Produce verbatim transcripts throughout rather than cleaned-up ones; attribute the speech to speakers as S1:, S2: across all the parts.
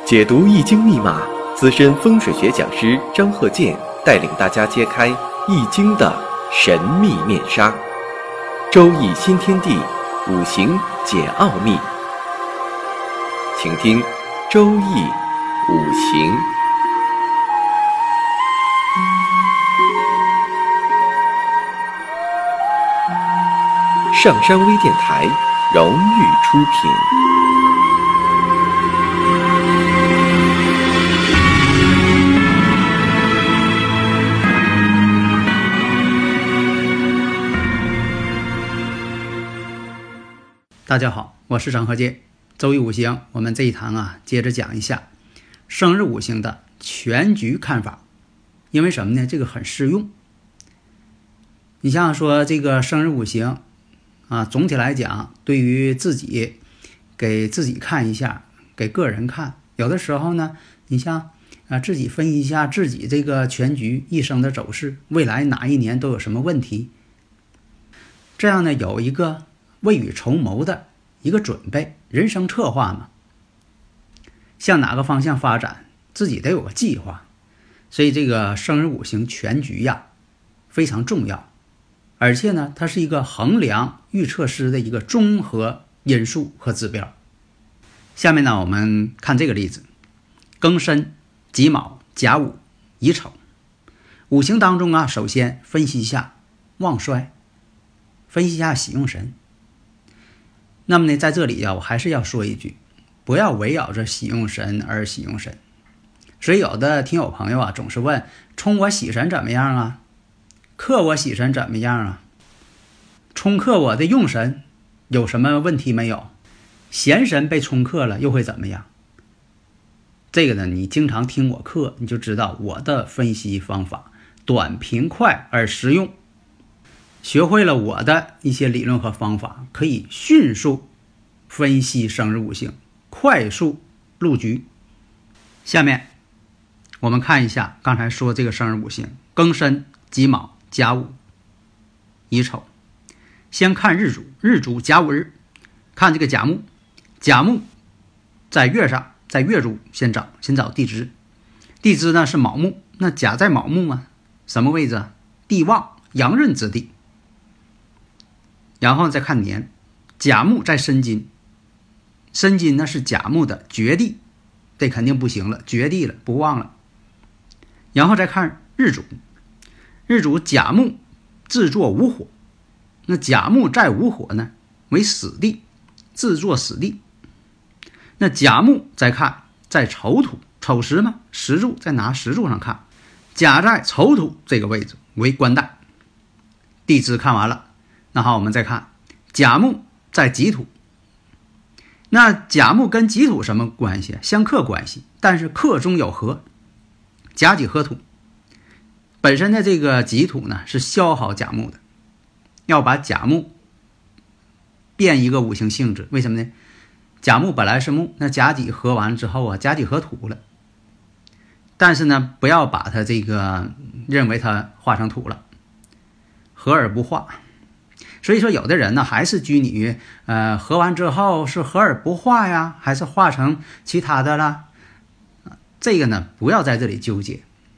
S1: 解读易经密码，资深风水学讲师张鹤剑带领大家揭开易经的神秘面纱。周易新天地，五行解奥秘。请听周易五行。上山微电台荣誉出品。
S2: 大家好，我是张鹤剑。周易五行，我们这一堂啊，接着讲一下生日五行的全局看法。因为什么呢？这个很适用。你像说这个生日五行啊，总体来讲，对于自己给自己看一下，给个人看，有的时候呢，你像啊自己分析一下自己这个全局一生的走势，未来哪一年都有什么问题，这样呢有一个未雨绸缪的一个准备，人生策划嘛，向哪个方向发展，自己得有个计划。所以这个生日五行全局呀非常重要，而且呢它是一个衡量预测师的一个综合因素和指标。下面呢我们看这个例子，庚申、己卯、甲午、乙丑。五行当中啊，首先分析一下旺衰，分析一下喜用神。那么呢，在这里啊，我还是要说一句，不要围绕着喜用神而喜用神。所以有的听友朋友啊，总是问，冲我喜神怎么样啊？克我喜神怎么样啊？冲克我的用神有什么问题没有？闲神被冲克了又会怎么样？这个呢，你经常听我课，你就知道我的分析方法短平快而实用。学会了我的一些理论和方法，可以迅速分析生日五行，快速入局。下面我们看一下刚才说这个生日五行，庚申、己卯、甲午、乙丑。先看日主，日主甲午日，看这个甲木，甲木在月上，在月主先找，先找地支，地支呢是卯木，那甲在卯木啊，什么位置啊？地旺，阳刃之地。然后再看年，甲木在申金，申金呢是甲木的绝地，这肯定不行了，绝地了，不旺了。然后再看日主，日主甲木自作无火，那甲木在无火呢为死地，自作死地。那甲木再看在丑土，丑时嘛，石柱再拿石柱上看，甲在丑土这个位置为官带。地支看完了，那好，我们再看甲木在己土。那甲木跟己土什么关系？相克关系，但是克中有合，甲己合土。本身的这个己土呢是消耗甲木的，要把甲木变一个五行性质。为什么呢？甲木本来是木，那甲己合完之后啊，甲己合土了，但是呢不要把它这个认为它化成土了，合而不化。所以说有的人呢还是拘泥于呃合完之后是合而不化呀，还是化成其他的啦，这个呢不要在这里纠结。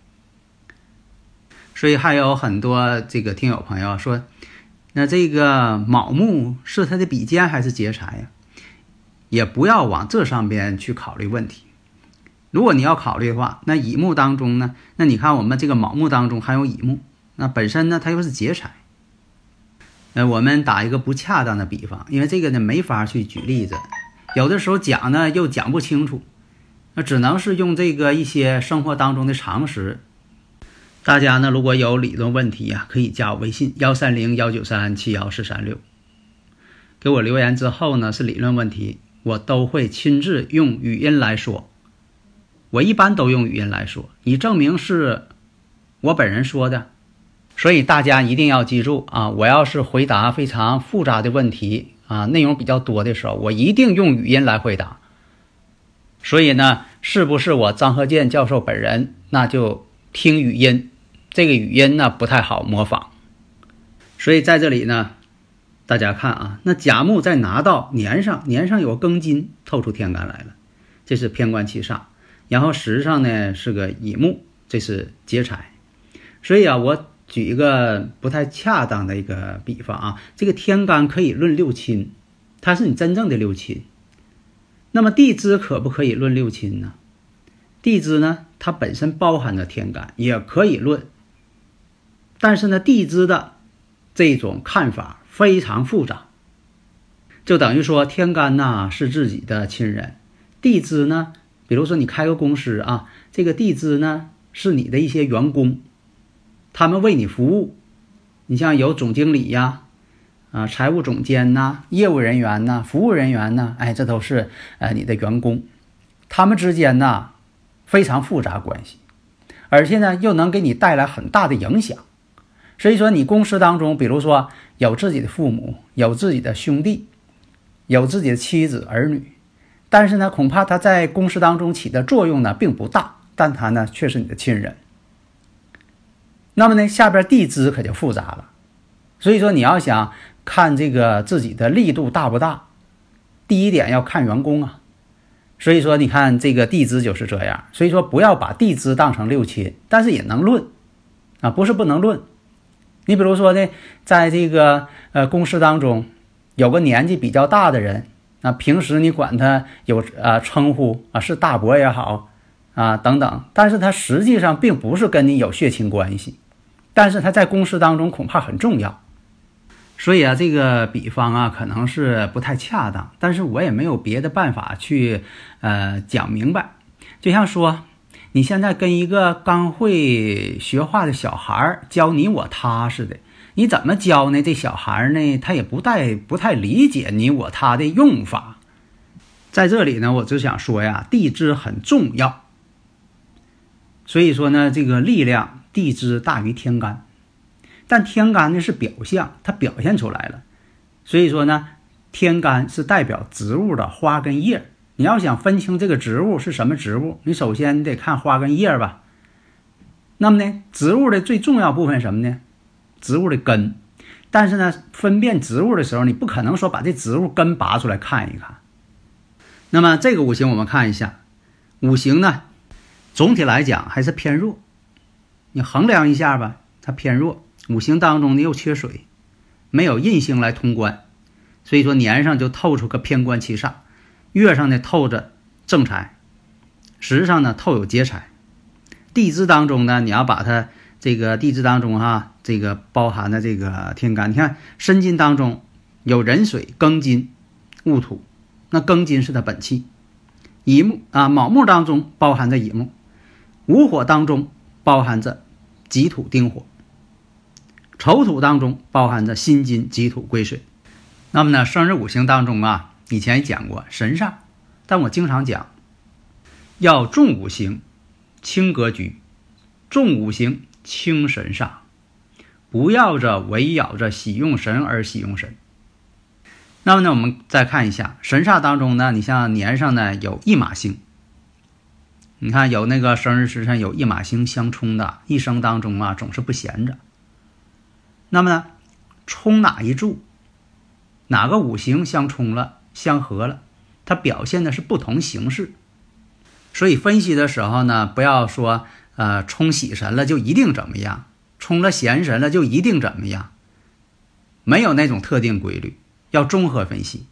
S2: 所以还有很多这个听友朋友说，那这个卯木是他的比肩还是劫财呀？也不要往这上边去考虑问题。如果你要考虑的话，那乙木当中呢，那你看我们这个卯木当中还有乙木，那本身呢它又是劫财。呃，我们打一个不恰当的比方，因为这个呢没法去举例子，有的时候讲呢又讲不清楚，那只能是用这个一些生活当中的常识。大家呢如果有理论问题啊，可以加我微信幺三零幺九三七幺四三六，给我留言之后呢是理论问题，我都会亲自用语音来说。我一般都用语音来说，以证明是我本人说的。所以大家一定要记住啊，我要是回答非常复杂的问题啊，内容比较多的时候，我一定用语音来回答。所以呢，是不是我张鹤剑教授本人，那就听语音，这个语音呢不太好模仿。所以在这里呢，大家看啊，那甲木在拿到年上，年上有庚金透出天干来了，这是偏官七煞。 然后时上呢是个乙木，这是劫财。所以啊，我举一个不太恰当的一个比方啊，这个天干可以论六亲，它是你真正的六亲。那么地支可不可以论六亲呢？地支呢，它本身包含着天干，也可以论。但是呢，地支的这种看法非常复杂，就等于说天干呐是自己的亲人，地支呢，比如说你开个公司啊，这个地支呢是你的一些员工，他们为你服务。你像有总经理呀、啊，财务总监呐、业务人员呐、服务人员呐，哎，这都是呃你的员工，他们之间呢非常复杂关系，而且呢又能给你带来很大的影响。所以说你公司当中，比如说有自己的父母，有自己的兄弟，有自己的妻子儿女，但是呢恐怕他在公司当中起的作用呢并不大，但他呢却是你的亲人。那么呢下边地支可就复杂了，所以说你要想看这个自己的力度大不大，第一点要看员工啊。所以说你看这个地支就是这样，所以说不要把地支当成六亲，但是也能论啊，不是不能论。你比如说呢，在这个呃公司当中有个年纪比较大的人，那平时你管他有呃称呼啊，是大伯也好啊等等，但是他实际上并不是跟你有血亲关系，但是他在公司当中恐怕很重要。所以啊，这个比方啊可能是不太恰当，但是我也没有别的办法去呃讲明白。就像说你现在跟一个刚会学画的小孩教你我他似的，你怎么教呢？这小孩呢他也不太不太理解你我他的用法。在这里呢我只想说呀，地支很重要，所以说呢这个力量地支大于天干，但天干呢是表象，它表现出来了。所以说呢天干是代表植物的花跟叶，你要想分清这个植物是什么植物，你首先得看花跟叶吧。那么呢植物的最重要部分什么呢？植物的根。但是呢分辨植物的时候，你不可能说把这植物根拔出来看一看。那么这个五行我们看一下，五行呢总体来讲还是偏弱，你衡量一下吧，它偏弱。五行当中呢又缺水，没有印星来通关，所以说年上就透出个偏官七煞，月上呢透着正财，时上呢透有劫财。地支当中呢，你要把它这个地支当中哈，这个包含的这个天干，你看申金当中有壬水、庚金、戊土，那庚金是它本气。乙木啊，卯木当中包含着乙木，午火当中包含着己土丁火，丑土当中包含着辛金己土癸水。那么呢生日五行当中啊，以前也讲过神煞，但我经常讲要重五行轻格局，重五行轻神煞，不要着围绕着喜用神而喜用神。那么呢我们再看一下神煞当中呢，你像年上呢有驿马星，你看有那个生日时辰有驿马星相冲的，一生当中啊总是不闲着。那么呢冲哪一柱，哪个五行相冲了相合了，它表现的是不同形式。所以分析的时候呢，不要说呃冲喜神了就一定怎么样，冲了闲神了就一定怎么样，没有那种特定规律，要综合分析。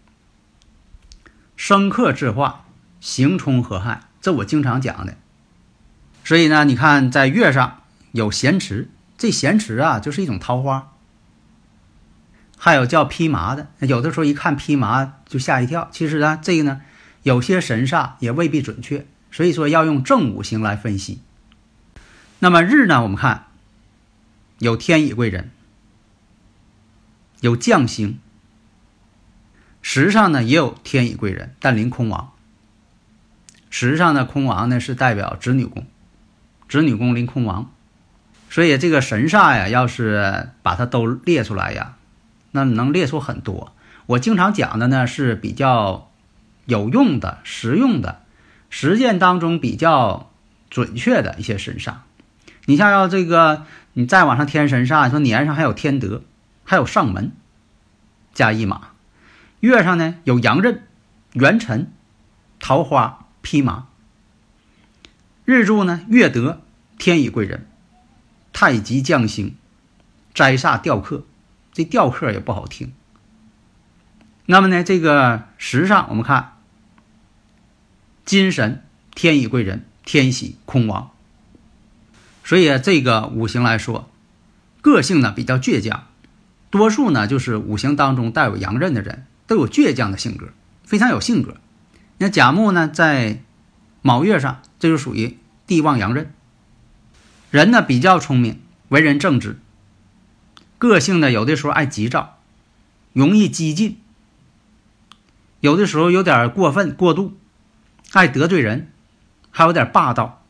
S2: 生克制化，刑冲合害，这我经常讲的。所以呢你看在月上有咸池，这咸池啊就是一种桃花，还有叫披麻的，有的时候一看披麻就吓一跳。其实呢这个呢有些神煞也未必准确，所以说要用正五行来分析。那么日呢我们看有天乙贵人，有将星，时上呢也有天乙贵人，但临空亡。时上的空亡呢是代表子女宫，子女宫临空亡。所以这个神煞呀要是把它都列出来呀，那能列出很多。我经常讲的呢是比较有用的实用的实践当中比较准确的一些神煞。你像要这个你再往上添神煞，你说年上还有天德，还有上门加一马，月上呢有阳刃、元辰、桃花、披麻。 日柱呢月德，天乙贵人，太极将星，灾煞吊克，这吊克也不好听。那么呢，这个时上我们看金神，天乙贵人，天喜空亡。所以这个五行来说，个性呢比较倔强，多数呢就是五行当中带有阳刃的人都有倔强的性格，非常有性格。那甲木呢在卯月上，这就属于地旺阳刃。人呢比较聪明，为人正直，个性呢有的时候爱急躁，容易激进，有的时候有点过分过度，爱得罪人，还有点霸道，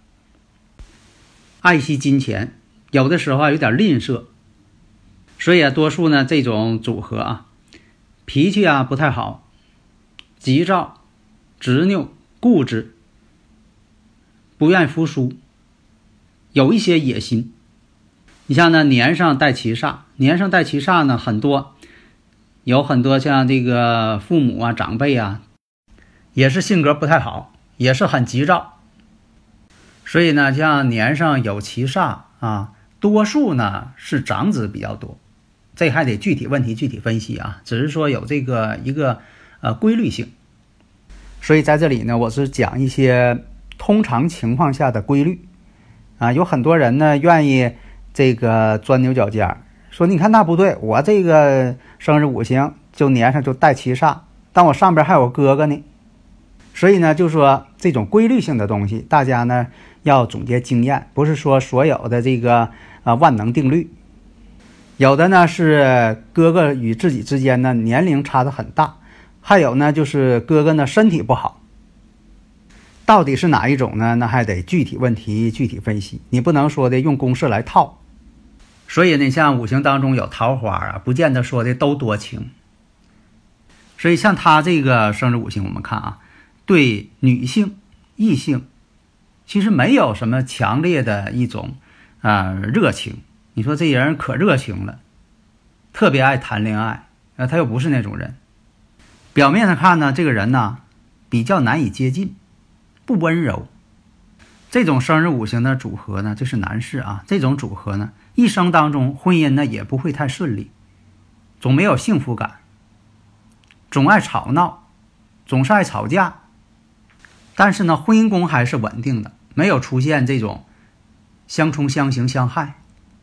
S2: 爱惜金钱，有的时候有点吝啬。所以啊，多数呢这种组合啊，脾气啊不太好，急躁、执拗、固执，不愿服输，有一些野心。你像呢年上带七煞，年上带七煞呢很多，有很多像这个父母啊长辈啊，也是性格不太好，也是很急躁。所以呢像年上有七煞啊，多数呢是长子比较多，这还得具体问题具体分析啊，只是说有这个一个呃规律性。所以在这里呢，我是讲一些通常情况下的规律啊。有很多人呢愿意这个钻牛角尖，说你看那不对，我这个生日五行就年上就带七煞，但我上边还有哥哥呢。所以呢就说这种规律性的东西，大家呢要总结经验，不是说所有的这个啊万能定律。有的呢是哥哥与自己之间呢年龄差得很大，还有呢就是哥哥呢身体不好。到底是哪一种呢？那还得具体问题具体分析，你不能说的用公式来套。所以呢像五行当中有桃花啊，不见得说的都多情。所以像他这个生日五行，我们看啊，对女性异性其实没有什么强烈的一种啊、呃、热情。你说这人可热情了，特别爱谈恋爱，呃，他又不是那种人。表面上看呢，这个人呢比较难以接近，不温柔。这种生日五行的组合呢，这是男士啊，这种组合呢，一生当中婚姻呢也不会太顺利，总没有幸福感，总爱吵闹，总是爱吵架。但是呢，婚姻宫还是稳定的，没有出现这种相冲相刑相害。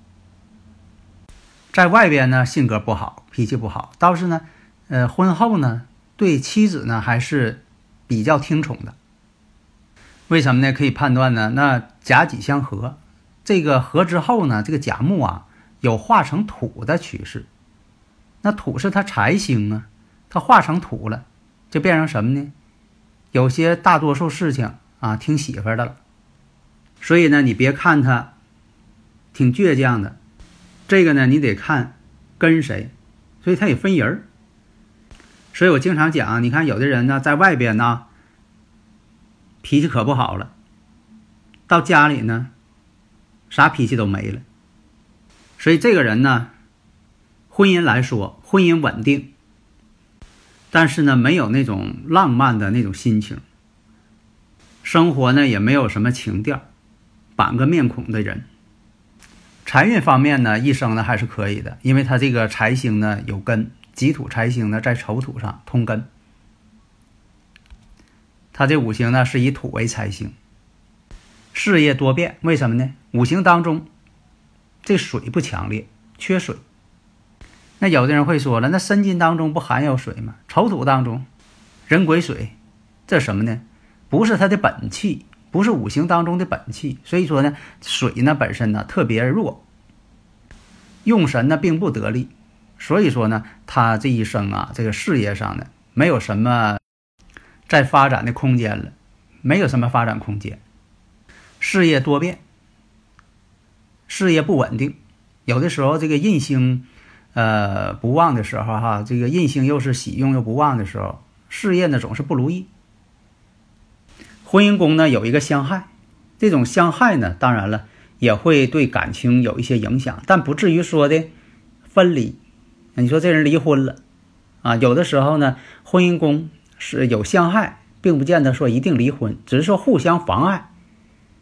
S2: 在外边呢性格不好，脾气不好，倒是呢呃婚后呢对妻子呢还是比较听从的。为什么呢？可以判断呢，那甲己相合，这个合之后呢，这个甲木啊有化成土的趋势。那土是它财星啊，它化成土了，就变成什么呢？有些大多数事情啊听媳妇的了。所以呢你别看他挺倔强的，这个呢你得看跟谁，所以他也分人。所以我经常讲，你看有的人呢在外边呢脾气可不好了，到家里呢啥脾气都没了。所以这个人呢婚姻来说婚姻稳定，但是呢没有那种浪漫的那种心情，生活呢也没有什么情调，板个面孔的人。财运方面呢一生呢还是可以的，因为他这个财星呢有根，己土财星呢在丑土上通根，他这五行呢是以土为财星。事业多变，为什么呢？五行当中这水不强烈，缺水。那有的人会说了，那申金当中不含有水吗？丑土当中人癸水，这是什么呢？不是他的本气，不是五行当中的本气。所以说呢水呢本身呢特别弱，用神呢并不得力。所以说呢他这一生啊这个事业上呢没有什么再发展的空间了，没有什么发展空间。事业多变，事业不稳定，有的时候这个印星呃不旺的时候哈，这个印星又是喜用又不旺的时候，事业呢总是不如意。婚姻宫呢有一个相害，这种相害呢当然了也会对感情有一些影响，但不至于说的分离。你说这人离婚了啊，有的时候呢婚姻宫是有相害，并不见得说一定离婚，只是说互相妨碍。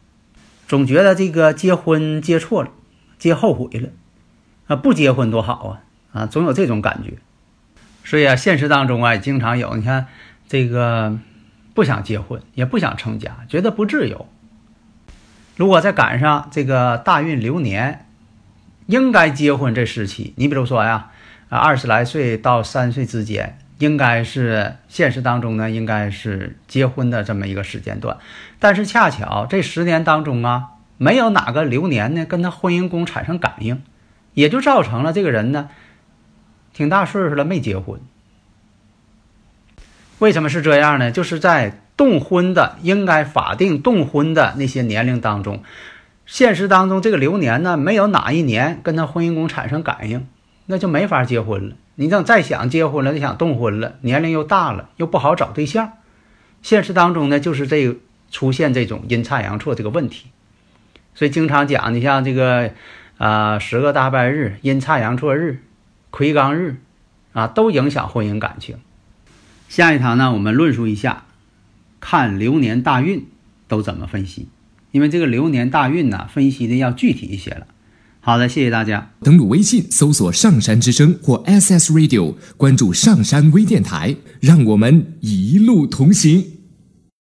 S2: 总觉得这个结婚结错了，结后悔了啊，不结婚多好啊啊，总有这种感觉。所以啊，现实当中啊，也经常有，你看这个不想结婚，也不想成家，觉得不自由。如果再赶上这个大运流年，应该结婚这时期，你比如说呀，啊，二十来岁到三岁之间，应该是现实当中呢，应该是结婚的这么一个时间段。但是恰巧这十年当中啊，没有哪个流年呢跟他婚姻宫产生感应，也就造成了这个人呢，挺大岁数了没结婚。为什么是这样呢？就是在动婚的应该法定动婚的那些年龄当中，现实当中这个流年呢，没有哪一年跟他婚姻宫产生感应，那就没法结婚了。你等再想结婚了，再想动婚了，年龄又大了，又不好找对象。现实当中呢，就是这个出现这种阴差阳错这个问题。所以经常讲，你像这个啊、呃、十个大败日、阴差阳错日、魁罡日啊，都影响婚姻感情。下一堂呢，我们论述一下看流年大运都怎么分析，因为这个流年大运呢，分析的要具体一些了。好的，谢谢大家。
S3: 登录微信搜索上山之声或 S S Radio， 关注上山微电台，让我们一路同行。